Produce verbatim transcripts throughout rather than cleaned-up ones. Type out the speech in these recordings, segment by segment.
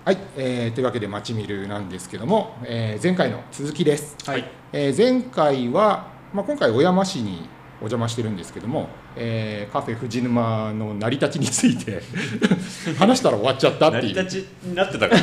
はい、えー、というわけでまちみるなんですけども、えー、前回の続きです。 はい。 えー、前回は、まあ、今回小山市にお邪魔してるんですけども、えー、カフェ藤沼の成り立ちについて話したら終わっちゃったっていう。 成り立ちになってたから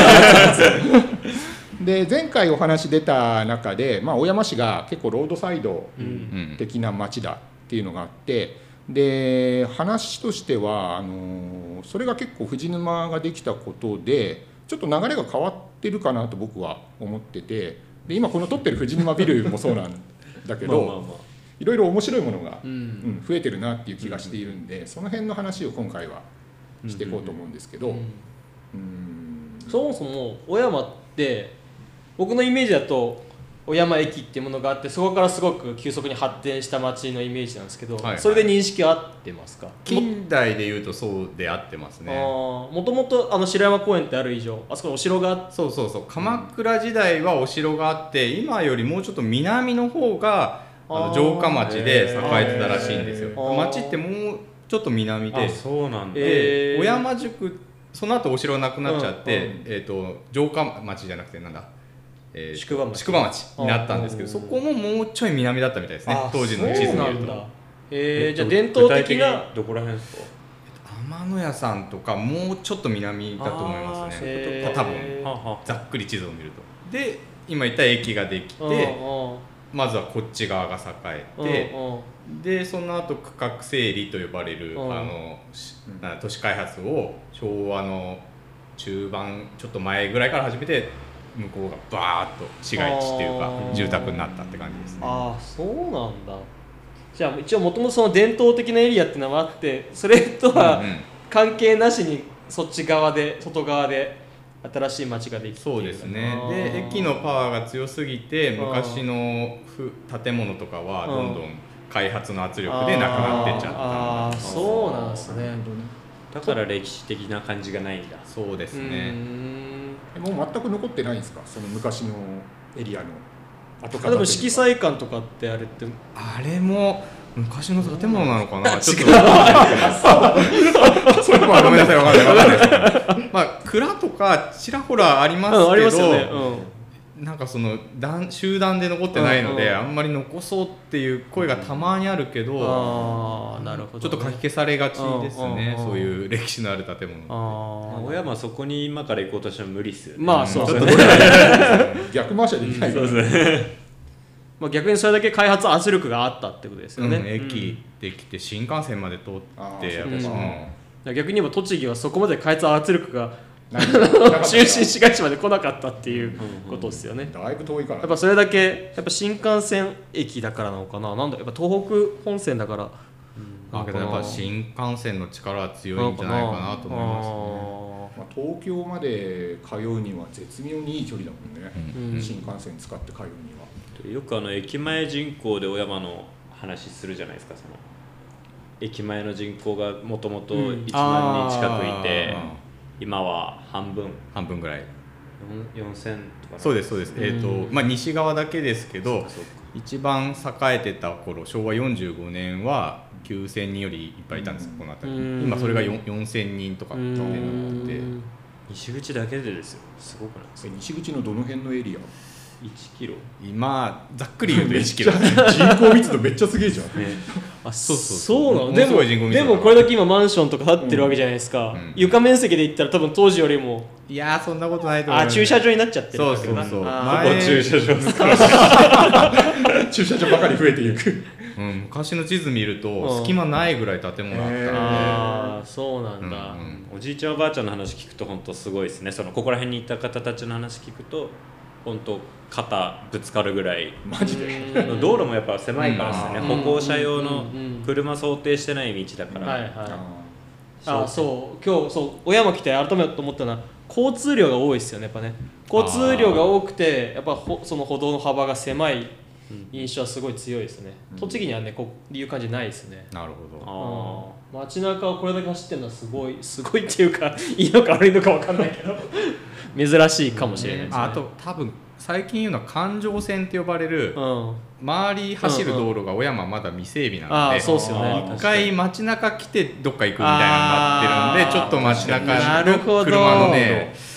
で前回お話出た中で、まあ、小山市が結構ロードサイド的な街だっていうのがあって、で話としてはあのそれが結構藤沼ができたことでちょっと流れが変わってるかなと僕は思ってて、で今この撮ってる藤沼ビルもそうなんだけどまあまあ、まあ、いろいろ面白いものが、うんうん、増えてるなっていう気がしているんで、その辺の話を今回はしていこうと思うんですけど、うんうんうん、そもそも小山って僕のイメージだと小山駅っていうものがあって、そこからすごく急速に発展した街のイメージなんですけど、はいはい、それで認識は合ってますか？ 近代でいうとそうで合ってますね。 もともとあの白山公園ってある以上、あそこにお城があって、 そうそうそう、鎌倉時代はお城があって、今よりもうちょっと南の方があの城下町で栄えてたらしいんですよ。町ってもうちょっと南で、 あ、そうなんだ。 で小山宿、その後お城なくなっちゃって、うんうん、えーと城下町じゃなくてなんだえー、宿場町宿場町になったんですけど、そこももうちょい南だったみたいですね、当時の地図見ると。 えー、じゃあ伝統的などこら辺ですか？ 天野屋さんとかもうちょっと南だと思いますね、多分ざっくり地図を見ると。で今言った駅ができて、まずはこっち側が栄えて、でその後区画整理と呼ばれるあの都市開発を昭和の中盤ちょっと前ぐらいから始めて、向こうがバーッと市街地っていうか住宅になったって感じですね。 ああ、そうなんだ。じゃあ一応もともとその伝統的なエリアっていうのもあって、それとは関係なしにそっち側で外側で新しい街ができて、 そうですね。で駅のパワーが強すぎて昔の建物とかはどんどん開発の圧力でなくなってっちゃった。 ああ、そうなんですね。 だから歴史的な感じがないんだ。 そうですね。 もう全く残ってないんですか、その昔のエリアの跡形。でも色彩館とかってあれってあれも昔の建物なのかな、ちょっとそれもごめんなさい、分かんない分かんないですけど、まあ蔵とかちらほらありますけど、うん、ありますよね、うん、なんかその集団で残ってないので、うんうん、あんまり残そうっていう声がたまにあるけど、 あー、なるほどね、 ちょっとかき消されがちですね、そういう歴史のある建物って。 あ、小山そこに今から行こうとしても無理っすよね。 まあそうですね、 逆回しはできないから、 そうですねまあ逆にそれだけ開発圧力があったってことですよね、 うん、駅できて新幹線まで通ってやっぱし、 うん、逆に言えば栃木はそこまで開発圧力が中心市街地まで来なかったっていうことですよね。 だいぶ遠いから、 やっぱそれだけやっぱ新幹線駅だからなのかな、なんだやっぱ東北本線だから、 うん、だけどやっぱ新幹線の力は強いんじゃないかなと思いますね。 まあ、東京まで通うには絶妙にいい距離だもんね、うん、新幹線使って通うには。 よくあの駅前人口で小山の話するじゃないですか。その駅前の人口がもともといちまんにん近くいて、うん、今は半分半分ぐらいよんせんとか。 そうですそうです、えーとまあ、西側だけですけど、一番栄えてた頃しょうわよんじゅうごねんはきゅうせんにんよりいっぱいいたんですよ、この辺り。今それがよんせんにんとかってなってて、 西口だけでですよ。すごくないですか？ 西口のどの辺のエリア？ いちキロ、 今ざっくり言うといちキロ人口密度めっちゃすげえじゃん、ね、 あ、そうそうそうなの。でもでもこれだけ今マンションとか建ってるわけじゃないですか、うん、床面積で言ったら多分当時よりも、 いやそんなことないと思う、ね、 あ、駐車場になっちゃってる。 そうそうそう、 前駐車場駐車場ばかり増えていく、 うん、昔の地図見ると隙間ないぐらい建物あったので、 ああ、そうなんだ、うんうん、 おじいちゃんおばあちゃんの話聞くと本当すごいですね。そのここら辺にいた方たちの話聞くと本当肩ぶつかるぐらい。 マジで道路もやっぱ狭いからですよね、歩行者用の車想定してない道だから、 はいはい、あ、そう今日そう小山来て改めて思ったのは交通量が多いですよね。やっぱね、交通量が多くてやっぱほその歩道の幅が狭い印象はすごい強いですね、うん、栃木にはねこういう感じないですね。 なるほど。あ、街中をこれだけ走ってるのはすごいすごいっていうかいいのか悪いのか分かんないけど珍しいかもしれないですね。 あと多分最近言うのは環状線って呼ばれる、うん、周り走る道路が小山まだ未整備なので、 そうですよね、 一回街中来てどっか行くみたいなのになってるんで、ちょっと街中の車のね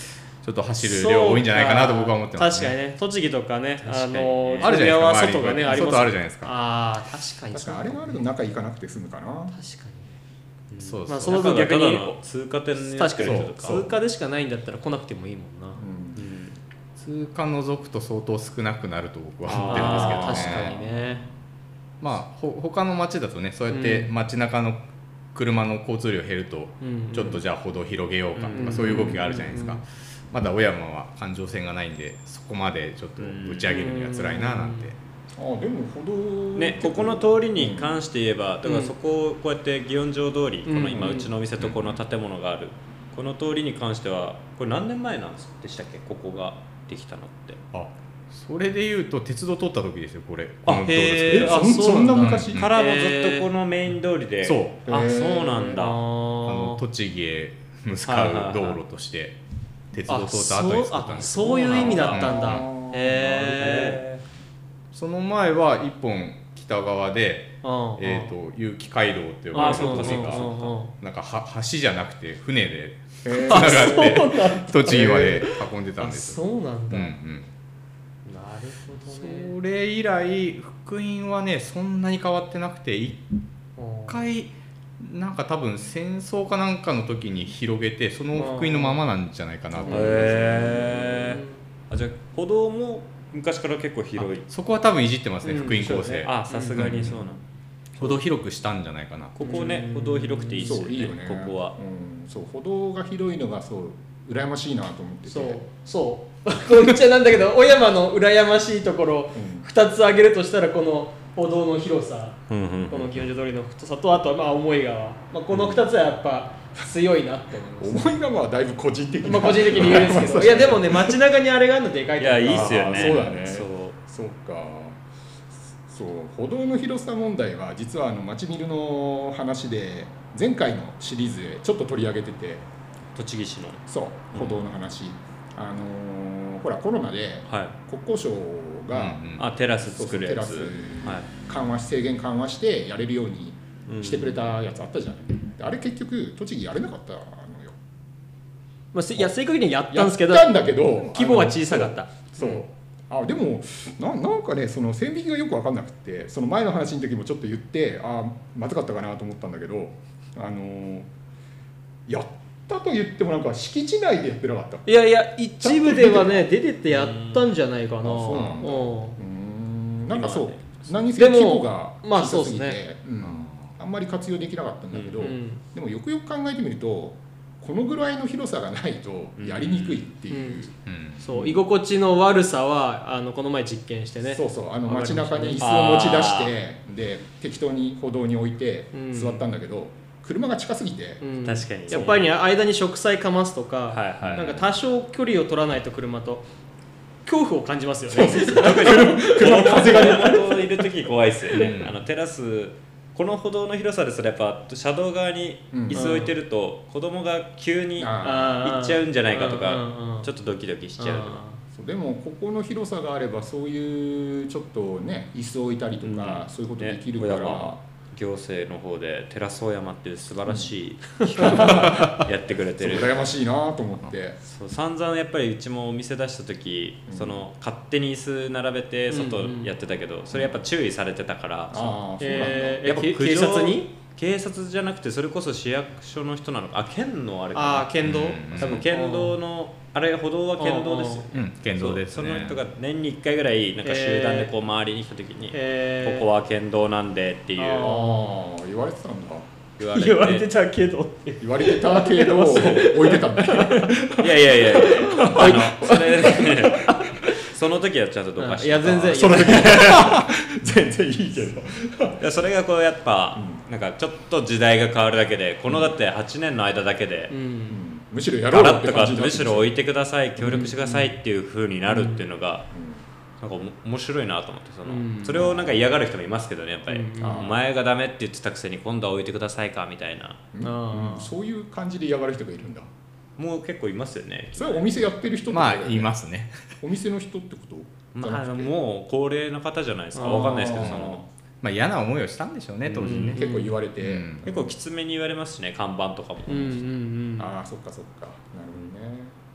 ちょっと走る量多いんじゃないかなと僕は思ってます、 ね、確かにね、栃木とかね、あのあるじゃないですか、 外がねあります。 外あるじゃないですか。 ああ、確かに。 確かにあれがあると中行かなくて済むかな。確かに。 うん、そうそう。 まあその分逆に通過点に確かに通過でしかないんだったら来なくてもいいもんな。 うんうん、通過除くと相当少なくなると僕は思ってるんですけどね。 確かにね。 まあほ他の町だとね、そうやって街中の車の交通量減ると、うん、ちょっとじゃあ歩道広げようかとか、うん、そういう動きがあるじゃないですか。うん、まだ小山は環状線がないんで、そこまでちょっと打ち上げるには辛いななんて。 あでも歩道ね、ここの通りに関して言えば、だからそこをこうやって祇園城通り、この今うちのお店とこの建物があるこの通りに関しては、これ何年前なんでしたっけ、ここができたのって。 あ、それでいうと鉄道通った時ですよ、これ。 あ、へえ、あ、そんな昔からもずっとこのメイン通りで。 そう。 あ、そうなんだ。あの栃木へ向かう道路として鉄道通った後に作ったんです。 そういう意味だったんだ。へえ。 その前は一本北側で、えーと結城街道って呼ばれる橋がなんかは橋じゃなくて船でつながって栃木まで運んでたんですよ。そうなんだ。 うんうん、なるほどね。それ以来福音はねそんなに変わってなくて、一回なんか多分戦争かなんかの時に広げて、その福音のままなんじゃないかなと思います。 へー。あ、じゃあ歩道も昔から結構広い。 そこは多分いじってますね、うん、福音構成、ね、 あ、さすがにそうなの、 歩道広くしたんじゃないかな。 ここね、歩道広くていいですよね。いいよね、ここは、 うん、そう歩道が広いのがそう羨ましいなと思ってて。 そうそうこう言っちゃなんだけど小山の羨ましいところふたつ挙げるとしたら、この歩道の広さ、うんうんうん、この祇園城通りの太さと、あとはまあ思い川、まあ、このふたつはやっぱ強いなって思います。 思い川はだいぶ個人的に、 まあ個人的に言うんですけどいやでもね、街中にあれがあるのでかいと思う。いやいいっすよね。 そうだね。 そうそうか。そう歩道の広さ問題は実はあの街ビルの話で前回のシリーズでちょっと取り上げてて、 栃木市のそう歩道の話、うん、あのー、ほらコロナで国交省が、はい、 うんうん、あテラス作るやつ、 テラス緩和し制限緩和してやれるようにしてくれたやつあったじゃない、うん、あれ結局栃木やれなかったのよ。 まあ、いや正確にやったんですけど、 やったんだけど規模は小さかった。 そう、そうあでも な, なんかねその線引きがよく分かんなくて、その前の話の時もちょっと言ってあまずかったかなと思ったんだけど、あのー、やったと言ってもなんか敷地内でやってなかった。 いやいや一部ではね出ててやったんじゃないかな。 そうなんだ。うんなんかそう、何せ規模が小さすぎて、まあね、うん、あんまり活用できなかったんだけど、うんうん、でもよくよく考えてみるとこのぐらいの広さがないとやりにくいっていう、うんうん、 そう居心地の悪さはあのこの前実験してね。 そうそうあの街中に椅子を持ち出してで適当に歩道に置いて座ったんだけど、うん、車が近すぎて、 うん、確かにやっぱり間に植栽かますとか、はいはい、なんか多少距離を取らないと車と恐怖を感じますよね。 車の風がねいる時怖いですよね、うん、あのテラスこの歩道の広さですらやっぱ車道側に椅子置いてると子供が急に行っちゃうんじゃないかとかちょっとドキドキしちゃう。 そうでもここの広さがあればそういうちょっとね椅子置いたりとか、うん、そういうことできるから、ね、 行政の方でテラス大山っていう素晴らしいやってくれてる。 羨ましいなと思ってそう散々やっぱりうちもお店出した時、うん、その勝手に椅子並べて外やってたけど、うんうん、それやっぱ注意されてたから、 うん、あそうなんだ、 えー、やっぱ警察に警察じゃなくてそれこそ市役所の人なのか、あ県のあれかな、 あ県道、うん、 多分県道のあれ歩道は県道ですよね、 うん、県道ですね。 そ, その人が年にいっかいぐらいなんか集団でこう周りに来た時に、えー、ここは県道なんでっていう、 あ言われてたんだ。 言われて言われてたけどって言われてたけど置いてたんだ。 いやいやいやいやあのそれ、ね、その時はちゃんとどかして、 いや全然その時全然いいけどいやそれがこうやっぱ、うん、なんかちょっと時代が変わるだけで、このだってはちねんの間だけで、うんうんむしろやろうって感じでむしろ置いてください協力してくださいっていう風になるっていうのが、うん、なんか面白いなと思って、その、うん、それをなんか嫌がる人もいますけどねやっぱり、うん、お前がダメって言ってたくせに今度は置いてくださいかみたいな、 うんうん、そういう感じで嫌がる人がいるんだ。 もう結構いますよね。 それはお店やってる人とか、ね、まあいますね。 お店の人ってこと？ まあもう高齢の方じゃないですか。わかんないですけどその。 まあ、嫌な思いをしたんでしょうね当時ね、うん、 結構言われて、うん、 結構きつめに言われますしね看板とかも、 うんうんうん、 ああそっかそっかなるほどね。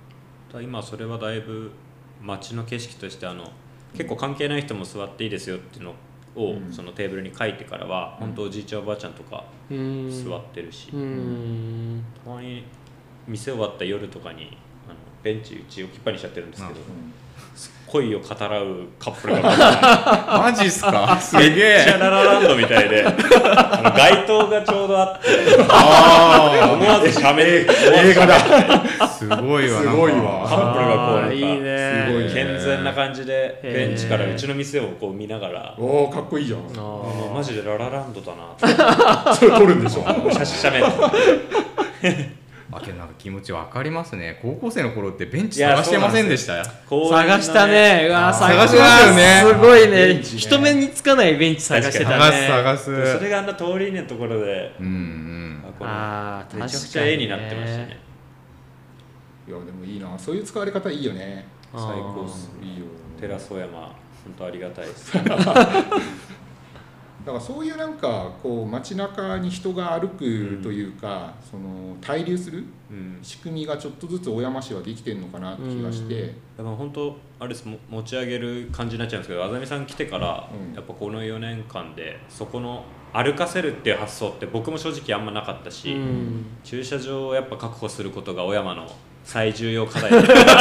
今それはだいぶ街の景色としてあの結構関係ない人も座っていいですよっていうのを、うん、そのテーブルに書いてからは、うん、本当おじいちゃんおばあちゃんとか座ってるし、うん、たまに店終わった夜とかにあのベンチうち置きっぱにしちゃってるんですけど、恋を語らうカップルがマジっすか？すげえ。 めっちゃララランドみたいで、あの街灯がちょうどあって、あ思わずしゃべる映画だ。すごいわ。 すごいわ。 カップルがこうなんかいいね、 すごい健全な感じでベンチからうちの店をこう見ながら、 おおかっこいいじゃん。 あマジでララランドだなって。 それ撮るんでしょ。 写真写メ。 あけどなんか気持ちわかりますね。高校生の頃ってベンチ探してませんでした？ 探したね。うわ探しますよね。 すごいね。人目につかないベンチ探してたね。 探す探す。 それがあんな通りのところで、 うんうん。 ああめちゃくちゃ絵になってましたね。 いやでもいいな。そういう使われ方いいよね。 最高っす。 いいよ。 テラス小山本当ありがたいです。 だからそういうなんかこう街中に人が歩くというか、うん、その滞留する仕組みがちょっとずつ小山市はできてるのかなって気がして、うん、 だから本当あれです持ち上げる感じになっちゃうんですけど、あざみさん来てから、うん、やっぱこのよねんかんでそこの歩かせるっていう発想って僕も正直あんまなかったし、うん、駐車場をやっぱ確保することが小山の最重要課題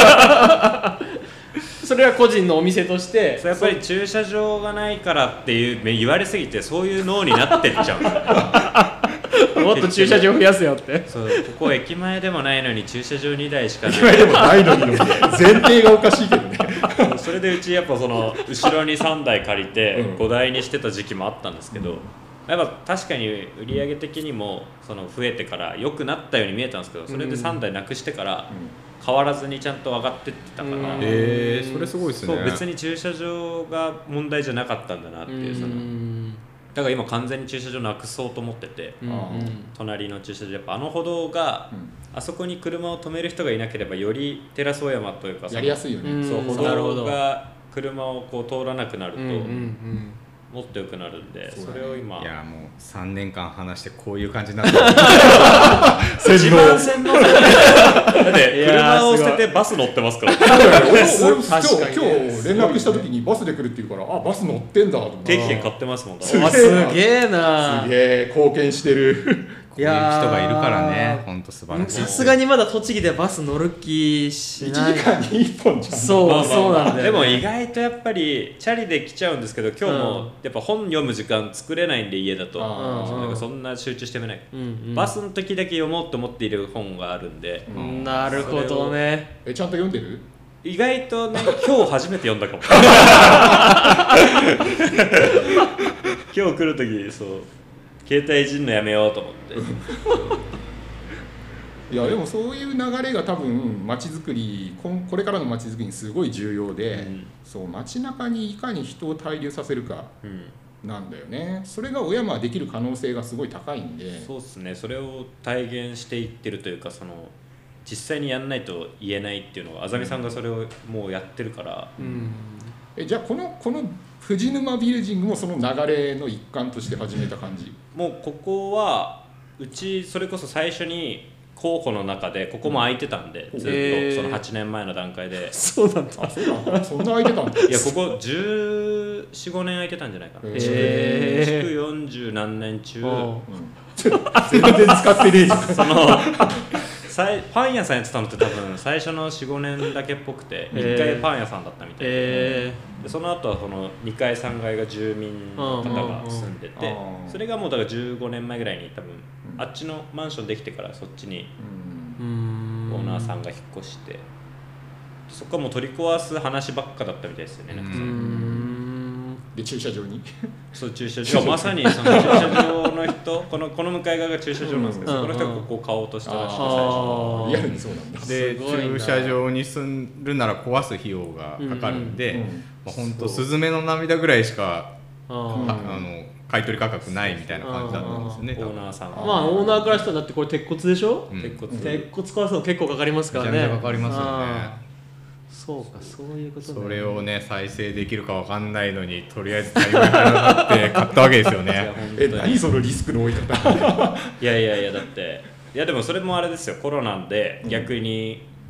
それは個人のお店としてやっぱり駐車場がないからっていう言われすぎてそういう脳になってっちゃうもっと駐車場増やすよってそうここ駅前でもないのに駐車場にだいしかない駅前でもないのに前提がおかしいけどねそれでうちやっぱその後ろにさんだい借りてごだいにしてた時期もあったんですけど、うん、やっぱ確かに売上的にもその増えてから良くなったように見えたんですけど、それでさんだいなくしてから変わらずにちゃんと上がってってたから、へえー、それすごいですね。 そう別に駐車場が問題じゃなかったんだなっていう、そのだから今完全に駐車場なくそうと思ってて、うん、隣の駐車場やっぱあの歩道が、うん、あそこに車を止める人がいなければよりテラス小山というかやりやすいよね。 そう歩道が車をこう通らなくなると、うんうんうんもっと良くなるんで、 そ, ね、それを今いやもうさんねんかん話してこういう感じになって一番洗脳だって車を捨ててバス乗ってますから俺今日連絡した時にバスで来るって言うからあバス乗ってんだと思って定期券買ってますもん。 すげえなすげえ貢献してるこういう人がいるからね、本当素晴らしい。 さすがにまだ栃木でバス乗る気しない。 いちじかんにいっぽんじゃん。 そう、まあまあまあ、そうなんだよ、ね、 でも意外とやっぱりチャリで来ちゃうんですけど、今日もやっぱ本読む時間作れないんで家だと、なんかそんな集中してみない、うんうん、バスの時だけ読もうと思っている本があるんで、 うん、なるほどね。 えちゃんと読んでる？ 意外とね今日初めて読んだかも今日来る時そう携帯いじんのやめようと思っていやでもそういう流れが多分街づくりこれからの街づくりにすごい重要で、うん、そう街中にいかに人を滞留させるかなんだよね、うん、それが小山はできる可能性がすごい高いんで。 そうですね。それを体現していってるというか、その実際にやんないと言えないっていうのはあざみさんがそれをもうやってるから、うん、 えじゃあこのこの藤沼ビルジングもその流れの一環として始めた感じ？ もうここはうちそれこそ最初に候補の中でここも空いてたんで、うん、ずっとそのはちねんまえの段階で、 そうなんだ。 あそうなんだそんな空いてたんだ。 いやここじゅうよん、ごねん空いてたんじゃないかな。築よんじゅう何年中、うん、 全然使ってねえじゃんそのパン屋さんやってたのって多分最初の よん、ごねんだけっぽくていっかいパン屋さんだったみたいで、えー、でその後はそのにかいさんがいが住民の方が住んでて、それがもうだからじゅうごねんまえぐらいに多分あっちのマンションできてからそっちにオーナーさんが引っ越して、そこはもう取り壊す話ばっかだったみたいですよね。なんかで駐車場にそう駐車場まさにその駐車場の人このこの向かい側が駐車場なんですけど、うん、そこの人がここを買おうとしたらしく、最初リアルにそうなんだ。 で駐車場に住るなら壊す費用がかかるんで、うんうんまあ、ほんとスズメの涙ぐらいしかあの買い取り価格ないみたいな感じだったんですよね。 オーナーさんがまあオーナーからしたらだってこれ鉄骨でしょ、うん、 鉄骨鉄骨壊すの結構かかりますからね。 めちゃめちゃかかりますよね。 そうかそういうことね。 それをね再生できるかわかんないのにとりあえず大概払って買ったわけですよねえ何そのリスクの多い方いやいやいやだっていやでもそれもあれですよ、コロナで逆に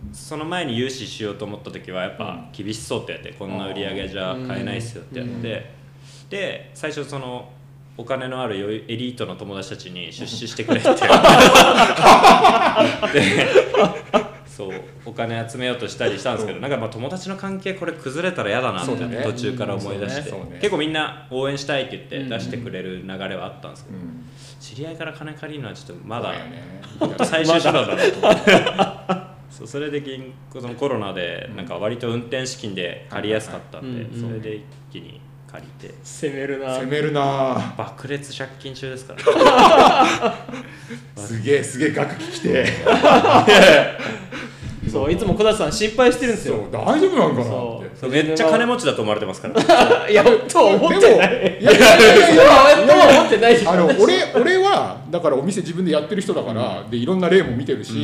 その前に融資しようと思った時はやっぱ厳しそうってやって、こんな売り上げじゃ買えないっすよってやって、で最初そのお金のあるエリートの友達たちに出資してくれってでそうお金集めようとしたりしたんですけど、なんかまあ友達の関係これ崩れたら嫌だなって途中から思い出して、結構みんな応援したいって言って出してくれる流れはあったんですけど、知り合いから金借りるのはちょっとまだ本当最終手段だなと思ってそうそれで銀行そのコロナでなんか割と運転資金で借りやすかったんで、それで一気に借りて攻めるな攻めるな爆裂借金中ですからすげえすげえ額聞きてそういつも小田さん心配してるんですよ。 そう大丈夫なんかなってそうめっちゃ金持ちだと思われてますからいやとは思ってないいやいやいやいやとは思ってないあの俺俺はだからお店自分でやってる人だから、うん、でいろんな例も見てるし、うんうん、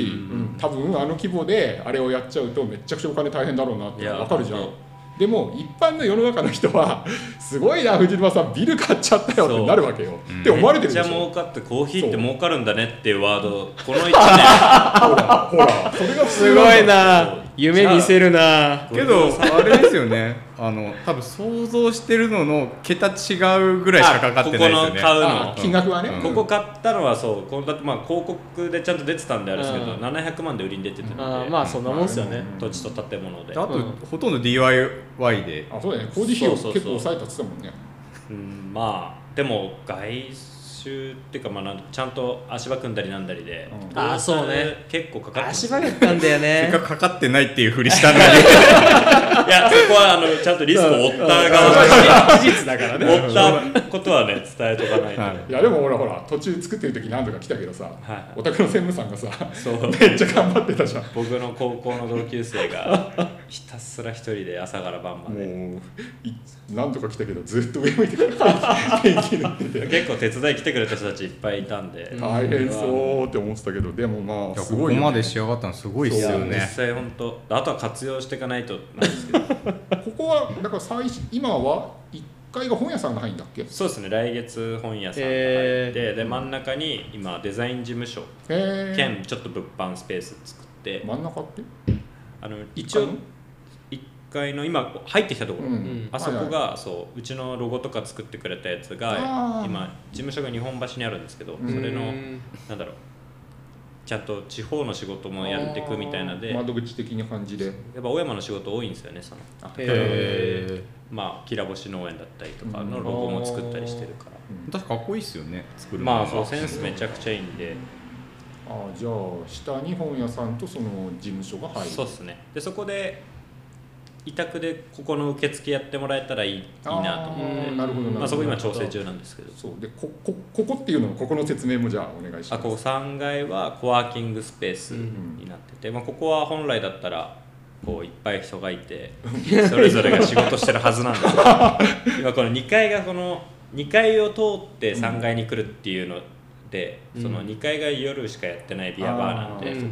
多分あの規模であれをやっちゃうとめっちゃくちゃお金大変だろうなって分かるじゃん。でも一般の世の中の人はすごいな藤沼さんビル買っちゃったよってなるわけよ、うん、って思われてるでしょ。 めっちゃ儲かってコーヒーって儲かるんだねっていうワードこのいちねんほらほらそれがすごいな夢見せるな。 けどあれですよねあの多分想像してるのの桁違うぐらいしかかかってないですよね。 ここの買うの金額はね、 うん、ここ買ったのはそうこのだってまあ広告でちゃんと出てたんであれですけど、うん、ななひゃくまんで売りに出ててるんで、 あまあそんなもんですよね、 土地と建物であと、うん、ほとんど ディーアイワイ であそうだね工事費を結構抑えたって言ってたもんね。 うんまあでも外周っていうかまあちゃんと足場組んだりなんだりで、 うん、あそうね結構かかって足場だったんだよねせっかくかかってないっていうふりしたんだけどいやそこはあのちゃんとリスクを負った側事実だからね負ったことはね伝えとかないと、はい、 いやでも俺ほら途中作ってる時何度か来たけどさ、はい、お宅の専務さんがさそうめっちゃ頑張ってたじゃん。 僕の高校の同級生がひたすら一人で朝から晩までもう何度か来たけどずっと上向いてからペンキ塗ってて結構手伝い来てくれた人たちいっぱいいたんで大変そうって思ってたけど、でもまあすごい、 ね、ここまで仕上がったのすごいっすよね。 実際本当あとは活用していかないとなんですけどここはだから最今はいっかいが本屋さんが入るんだっけ。 そうですね来月本屋さんが入って、えー、で真ん中に今デザイン事務所兼ちょっと物販スペース作って真ん中ってあの一応いっかいの今入ってきたところ、うん、あそこが、はいはい、そううちのロゴとか作ってくれたやつが今事務所が日本橋にあるんですけど、それのなんだろうちゃんと地方の仕事もやっていくみたいなで窓口的な感じでやっぱ小山の仕事多いんですよね。そのへーまあきらぼし農園だったりとかのロゴも作ったりしてるから、 うん、確かかっこいいっすよね作るの。 まあそうセンスめちゃくちゃいいんで。 あじゃあ下に本屋さんとその事務所が入る。 そうですね。でそこで委託でここの受付やってもらえたらいい、いいなと思って、 なるほどなるほど、 まあ、そこ今調整中なんですけど。 そうで こ, こ, ここっていうのもここの説明もじゃあお願いします。 あここさんがいはコワーキングスペースになってて、うんまあ、ここは本来だったらこういっぱい人がいてそれぞれが仕事してるはずなんですけど今このにかいがこのにかいを通ってさんがいに来るっていうので、うん、そのにかいが夜しかやってないビアバーなんで、うん、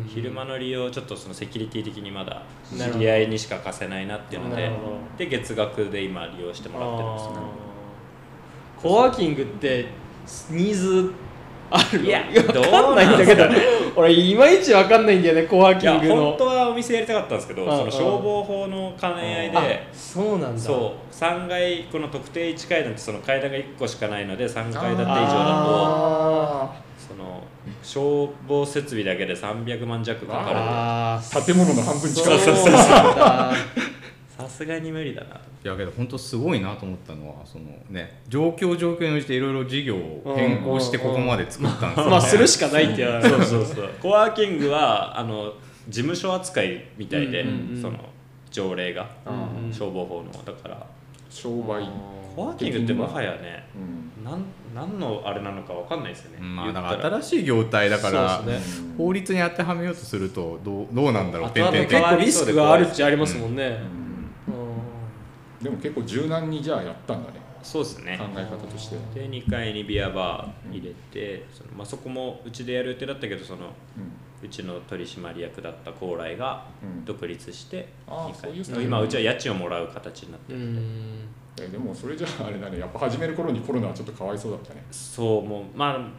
昼間の利用ちょっとそのセキュリティ的にまだ知り合いにしか貸せないなっていうので、で月額で今利用してもらってるんですよ。 コワーキングってニーズある？ いや分かんないんだけど俺いまいち分かんないんだよねコワーキングの。 いや本当はお店やりたかったんですけど、その消防法の兼ね合いでそうなんだ。 そうさんがいこの特定いち階段ってその階段がいっこしかないのでさんかい建て以上だとその消防設備だけでさんびゃくまん弱かかると建物の半分近く。 そうそうそうさすがに無理だな。 いやけど本当すごいなと思ったのはそのね状況状況に応じていろいろ事業を変更してここまで作ったんですよね。 まあするしかないっていうそうそうそうコワーキングはあの事務所扱いみたいで、うんうんうん、その条例が、うんうん、消防法のだから商売コワーキングってもはやね、うん、なん何のあれなのか分かんないですよね。 まあだから新しい業態だから、ね、法律に当てはめようとするとどう、どうなんだろうって結構リスクがあるっちゃありますもんね、うんでも結構柔軟にじゃあやったんだね。 そうですね考え方としてでにかいにビアバー入れて、うん、そのまあ、そこもうちでやる予定だったけどその、うん、うちの取締役だった高麗が独立して、うん、にかいそういう今うちは家賃をもらう形になってるんで、 えでもそれじゃああれだねやっぱ始める頃にコロナはちょっとかわいそうだったね。 そうもうまあ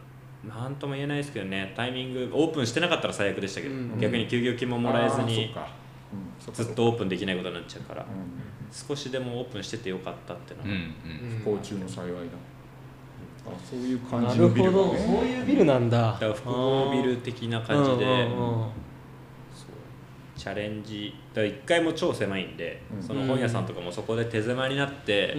なんとも言えないですけどね、タイミングオープンしてなかったら最悪でしたけど、うん、逆に休業金ももらえずにずっとオープンできないことになっちゃうから、うん、少しでもオープンしててよかったっていうのは、 うんうん、不幸中の幸いだ。あ、そういう感じのビル、ね、 なるほど、そういうビルなんだ。 だから複合ビル的な感じで、うんうんうん、チャレンジだからいっかいも超狭いんで、うん、その本屋さんとかもそこで手狭になって、うん、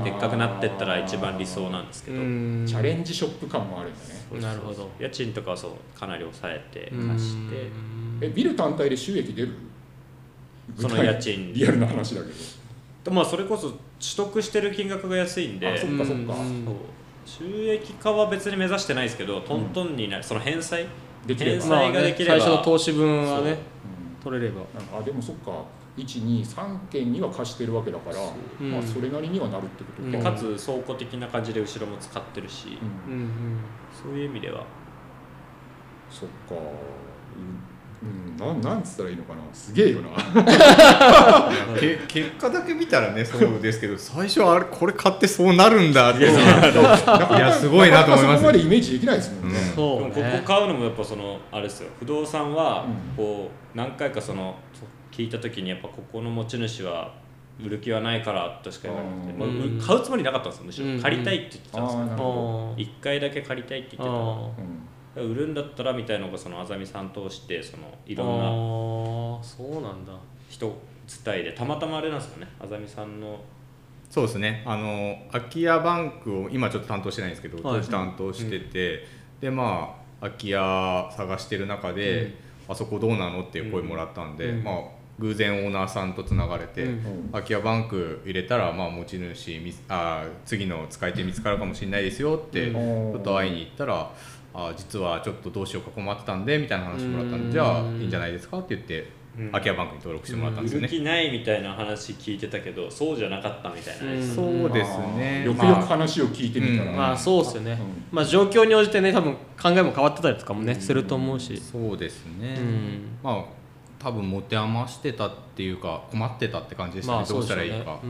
でっかくなってったら一番理想なんですけど、うん、 チャレンジショップ感もあるんだね。 なるほど。 家賃とかはそうかなり抑えて貸して、 えビル単体で収益出る？ その家賃リアルな話だけど、まあそれこそ取得してる金額が安いんで、 あ、そっかそっか、 収益化は別に目指してないですけど、トントンになる、その返済できれば、 返済ができれば、 最初の投資分はね、取れれば。 あ、でもそっか、いち、に、さんけんには貸してるわけだから、そ,、まあ、それなりにはなるってことで、うん、かつ倉庫的な感じで後ろも使ってるし、うんうんうん、そういう意味ではそっか、うん、な, なんつったらいいのかな、すげえよなけ結果だけ見たらねそうですけど、最初はあれこれ買ってそうなるんだっていやすごいなと思います。 そこまでイメージできないですもんね。 うん、そうね。でもここ買うのもやっぱそのあれですよ、不動産はこう何回かその聞いた時にやっぱここの持ち主は売る気はないからとしか言わなくて、まあ、買うつもりなかったんですよ、むしろ、うん、借りたいって言ってたんですけど、いっかいだけ借りたいって言ってたら、売るんだったらみたいなのがそのあざみさん通してそのいろんなそうなんだ人伝いでたまたまあれなんですよね、あざみさんの。 そうですね、あの空き家バンクを今ちょっと担当してないんですけど、当時担当してて、うん、でまあ空き家探してる中で、うん、あそこどうなのっていう声もらったんで、うん、まあ偶然オーナーさんとつながれて、うん、空き家バンク入れたら、まあ、持ち主あ次の使い手見つかるかもしれないですよってちょっと会いに行ったら、あ実はちょっとどうしようか困ってたんでみたいな話もらったんで、じゃあいいんじゃないですかって言って空き家バンクに登録してもらったんですよね。 売る気ないみたいな話聞いてたけどそうじゃなかったみたいな、ね、 そうですね。 よくよく話を聞いてみたら、 まあ、まあそうですよね、うん、まあ状況に応じてね多分考えも変わってたりとかもね、うん、すると思うし、 そうですね、うん、まあ多分持て余してたっていうか困ってたって感じでしたね、まあ、どうしたらいいか、ね、うん、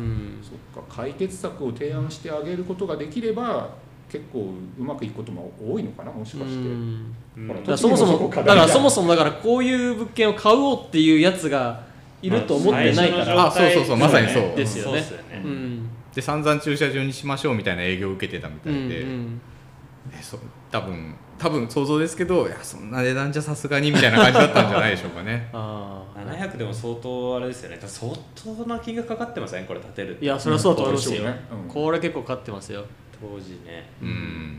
そっか、解決策を提案してあげることができれば結構うまくいくことも多いのかな、もしかして。うん、 だからそもそもだからそもそもだからこういう物件を買おうっていうやつがいると思ってないから、 まあ、あそうそうそう、まさにそうですよね。 うん、で散々駐車場にしましょうみたいな営業を受けてたみたいで、うんうん、えそ多分多分想像ですけど、いやそんな値段じゃさすがにみたいな感じだったんじゃないでしょうかね。 あななひゃくでも相当あれですよね、相当な金額かかってません、これ建てるって。 いやそれはそうだと思いますよ、ね、うん、これ結構かかってますよ当時ね。 うん、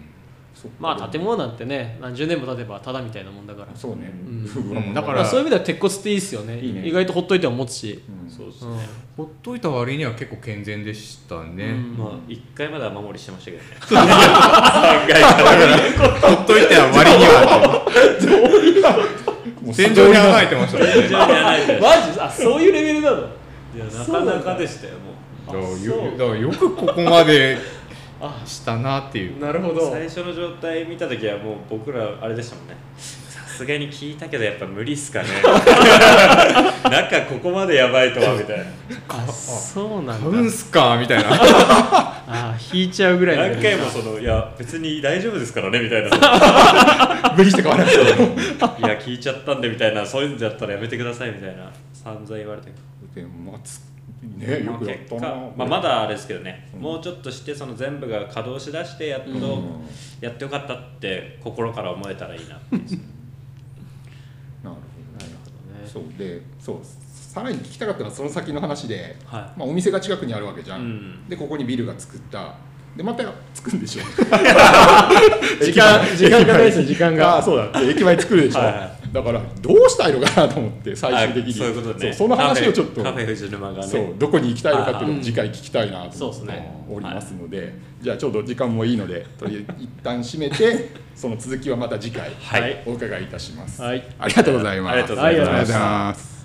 まあ建物なんてね何十年も経てばただみたいなもんだから。 そうね、 うん、だからそういう意味では鉄骨っていいですよね。いいね、意外とほっといても持つし、 うん、そうですね、うん、ほっといた割には結構健全でしたね、うん、 まあいっかいまでは守りしてましたけどねほっといた割には天井に穴開いてましたね。天井に穴開いてマジあそういうレベルなの。いやなかなかでしたよ。もうだからよくここまでしたなっていう。 なるほど。 最初の状態見た時はもう僕らあれでしたもんね。さすがに聞いたけどやっぱ無理っすかね。中ここまでやばいとはみたいな。 あそうなんだ。 買うんすかみたいな。 あ引いちゃうぐらい。 何回もそのいや別に大丈夫ですからねみたいな。 無理して買わなくても。いや聞いちゃったんでみたいな、そういうのだったらやめてくださいみたいな散々言われて。 でも待つ。ね、よくやったな。 まあ、まだあれですけどね、うん、もうちょっとしてその全部が稼働しだしてやっと、うん、やってよかったって心から思えたらいいなってなるほどね。 そうでそうさらに聞きたかったのはその先の話で、はい、まあ、お店が近くにあるわけじゃん、うん、でここにビルが作ったでまた作るんでしょ時間時間がないですよ時間が。 あそうだ駅前作るでしょ、はいはい、だからどうしたいのかなと思って最終的に。 そういうことね。 そうその話をちょっとカフェ藤沼がね、 そうどこに行きたいのかっていうのを次回聞きたいなと思っておりますので、はい、じゃあちょうど時間もいいのでとりあえず一旦締めてその続きはまた次回お伺いいたします、はい、ありがとうございます。 ありがとうございます。